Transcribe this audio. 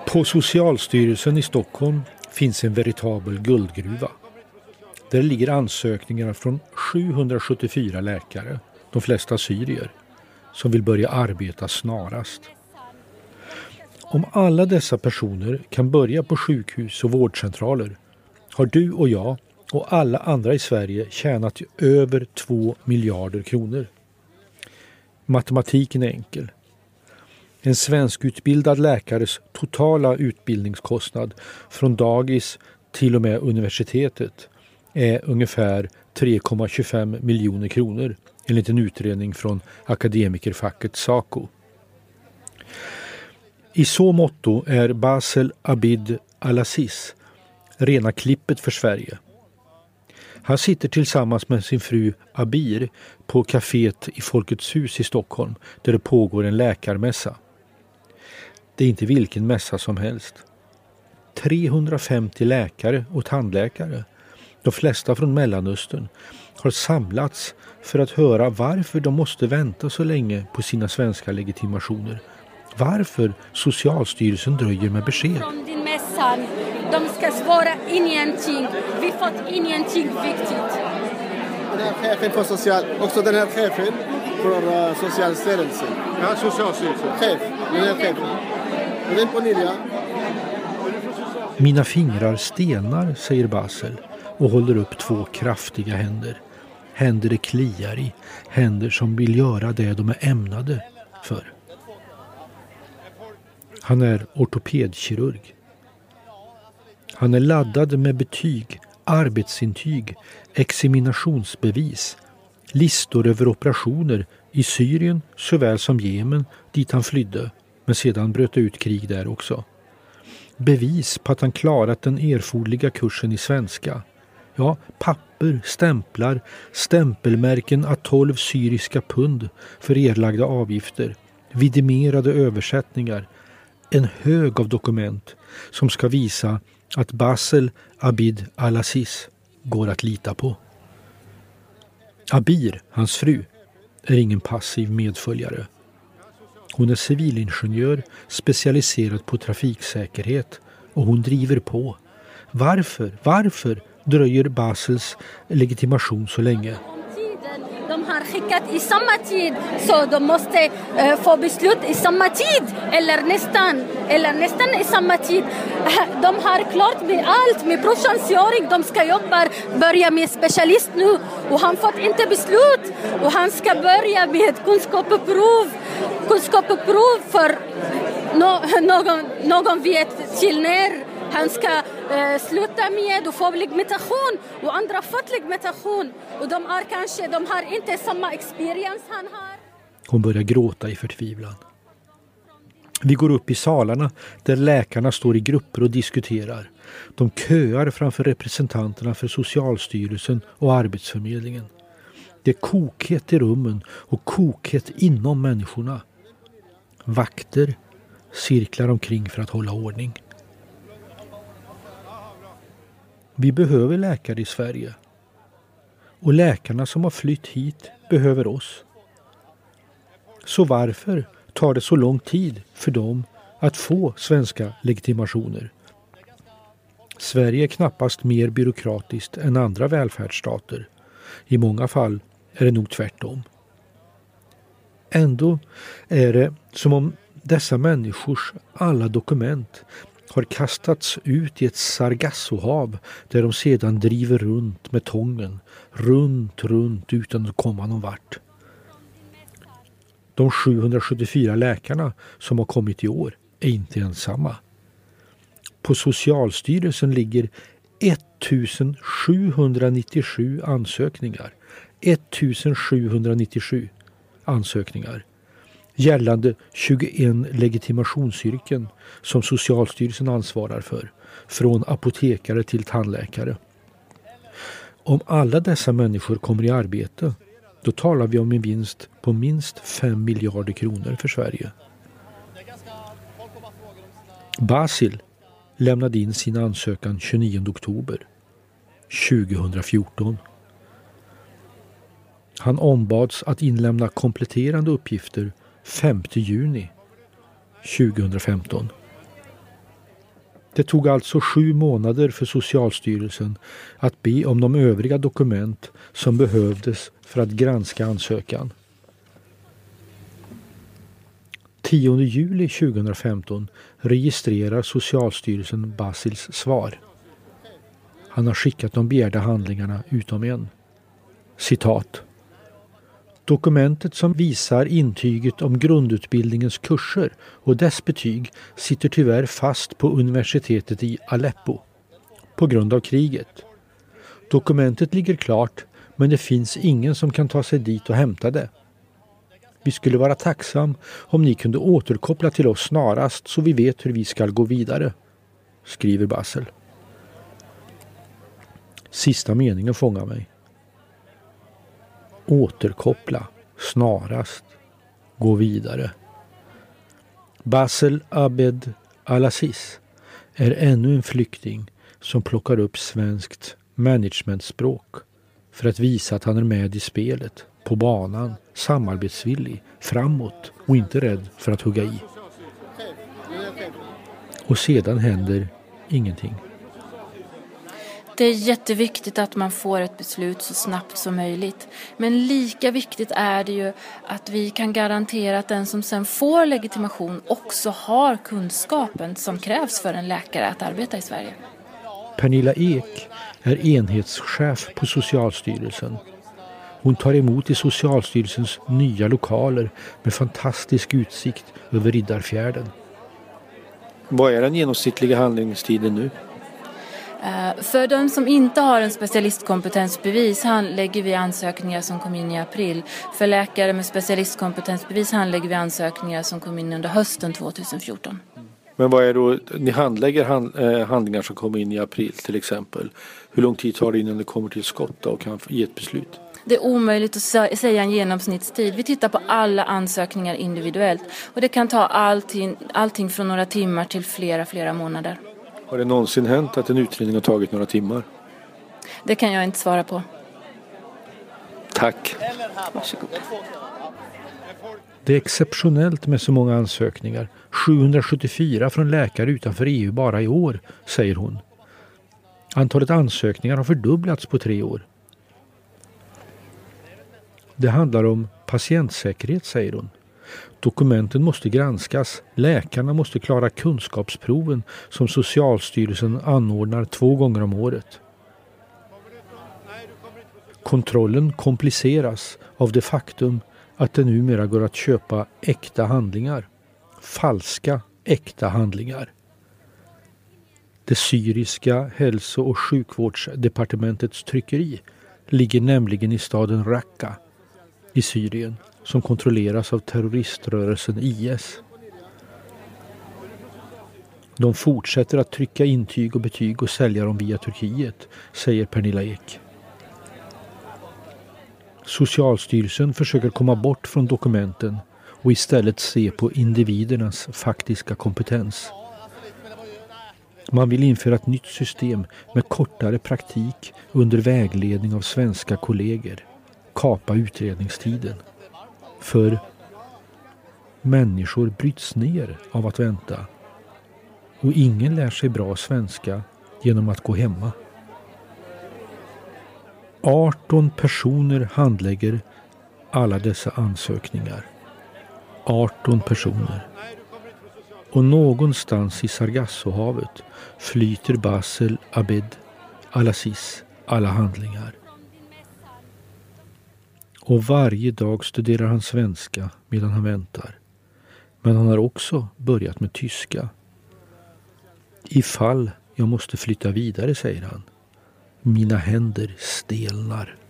På Socialstyrelsen i Stockholm finns en veritabel guldgruva. Där ligger ansökningar från 774 läkare, de flesta syrier, som vill börja arbeta snarast. Om alla dessa personer kan börja på sjukhus och vårdcentraler har du och jag och alla andra i Sverige tjänat över 2 miljarder kronor. Matematiken är enkel. En svenskutbildad läkares totala utbildningskostnad från dagis till och med universitetet är ungefär 3,25 miljoner kronor enligt en utredning från akademikerfacket SACO. I så motto är Basel Abid Al-Aziz rena klippet för Sverige. Han sitter tillsammans med sin fru Abir på kaféet i Folkets hus i Stockholm där det pågår en läkarmässa. Det är inte vilken mässa som helst. 350 läkare och tandläkare, de flesta från Mellanöstern, har samlats för att höra varför de måste vänta så länge på sina svenska legitimationer. Varför Socialstyrelsen dröjer med besked. Från din mässan, de ska svara ingenting. Vi fått ingenting viktigt. Den här chefen för också den här chefen för Socialstyrelsen. Ja, Socialstyrelsen. Den här chefen. Och den på Nilja. Mina fingrar stenar, säger Basel och håller upp 2 kraftiga händer. Händer det kliar i, händer som vill göra det de är ämnade för. Han är ortopedkirurg. Han är laddad med betyg, arbetsintyg, examinationsbevis, listor över operationer i Syrien såväl som Jemen dit han flydde, men sedan bröt ut krig där också. Bevis på att han klarat den erforderliga kursen i svenska. Ja, papper, stämplar, stämpelmärken av 12 syriska pund för erlagda avgifter, vidimerade översättningar, en hög av dokument som ska visa att Basel Abid Al-Aziz går att lita på. Abir, hans fru, är ingen passiv medföljare. Hon är civilingenjör specialiserad på trafiksäkerhet och hon driver på. Varför dröjer Basels legitimation så länge? De har skickat i samma tid, så de måste få beslut i samma tid eller nästan i samma tid. De har klart med allt, med provtjänstgöring, de ska börja med specialist nu och han fått inte beslut och han ska börja med kunskapsprov för någon vet till när. Han ska sluta med och få legitimation och andra fått legitimation. Och de har inte samma experience han har. Hon börjar gråta i förtvivlan. Vi går upp i salarna där läkarna står i grupper och diskuterar. De köar framför representanterna för Socialstyrelsen och Arbetsförmedlingen. Det är kokhet i rummen och kokhet inom människorna. Vakter cirklar omkring för att hålla ordning. Vi behöver läkare i Sverige. Och läkarna som har flytt hit behöver oss. Så varför tar det så lång tid för dem att få svenska legitimationer? Sverige är knappast mer byråkratiskt än andra välfärdsstater. I många fall är det nog tvärtom. Ändå är det som om dessa människors alla dokument har kastats ut i ett Sargassohav där de sedan driver runt med tången, runt utan att komma någon vart. De 774 läkarna som har kommit i år är inte ensamma. På Socialstyrelsen ligger 1797 ansökningar. 1797 ansökningar. Gällande 21 legitimationsyrken som Socialstyrelsen ansvarar för, från apotekare till tandläkare. Om alla dessa människor kommer i arbete, då talar vi om en vinst på minst 5 miljarder kronor för Sverige. Basil lämnade in sin ansökan 29 oktober 2014. Han ombads att inlämna kompletterande uppgifter 5 juni 2015. Det tog alltså 7 månader för Socialstyrelsen att be om de övriga dokument som behövdes för att granska ansökan. 10 juli 2015 registrerar Socialstyrelsen Basils svar. Han har skickat de begärda handlingarna utom en. Citat. Dokumentet som visar intyget om grundutbildningens kurser och dess betyg sitter tyvärr fast på universitetet i Aleppo på grund av kriget. Dokumentet ligger klart, men det finns ingen som kan ta sig dit och hämta det. Vi skulle vara tacksam om ni kunde återkoppla till oss snarast så vi vet hur vi ska gå vidare, skriver Basel. Sista meningen fångar mig. Återkoppla, snarast, gå vidare. Basel Abed Al-Aziz är ännu en flykting som plockar upp svenskt managementspråk för att visa att han är med i spelet, på banan, samarbetsvillig, framåt och inte rädd för att hugga i. Och sedan händer ingenting. Det är jätteviktigt att man får ett beslut så snabbt som möjligt. Men lika viktigt är det ju att vi kan garantera att den som sen får legitimation också har kunskapen som krävs för en läkare att arbeta i Sverige. Pernilla Ek är enhetschef på Socialstyrelsen. Hon tar emot i Socialstyrelsens nya lokaler med fantastisk utsikt över Riddarfjärden. Vad är den genomsnittliga handläggningstiden nu? För de som inte har en specialistkompetensbevis handlägger vi ansökningar som kom in i april. För läkare med specialistkompetensbevis handlägger vi ansökningar som kom in under hösten 2014. Men vad är då, ni handlägger handlingar som kommer in i april till exempel. Hur lång tid tar det innan det kommer till skott och kan ge ett beslut? Det är omöjligt att säga en genomsnittstid. Vi tittar på alla ansökningar individuellt. Och det kan ta allting från några timmar till flera månader. Har det någonsin hänt att en utredning har tagit några timmar? Det kan jag inte svara på. Tack. Varsågod. Det är exceptionellt med så många ansökningar. 774 från läkare utanför EU bara i år, säger hon. Antalet ansökningar har fördubblats på 3 år. Det handlar om patientsäkerhet, säger hon. Dokumenten måste granskas. Läkarna måste klara kunskapsproven som Socialstyrelsen anordnar 2 gånger om året. Kontrollen kompliceras av det faktum att det numera går att köpa äkta handlingar. Falska äkta handlingar. Det syriska hälso- och sjukvårdsdepartementets tryckeri ligger nämligen i staden Raqqa i Syrien som kontrolleras av terroriströrelsen IS. De fortsätter att trycka intyg och betyg och sälja dem via Turkiet, säger Pernilla Ek. Socialstyrelsen försöker komma bort från dokumenten och istället se på individernas faktiska kompetens. Man vill införa ett nytt system med kortare praktik under vägledning av svenska kollegor. Kapa utredningstiden. För människor bryts ner av att vänta. Och ingen lär sig bra svenska genom att gå hemma. 18 personer handlägger alla dessa ansökningar. 18 personer. Och någonstans i Sargassohavet flyter Basel Abed Al-Aziz alla handlingar. Och varje dag studerar han svenska medan han väntar. Men han har också börjat med tyska. Ifall jag måste flytta vidare, säger han. Mina händer stelnar.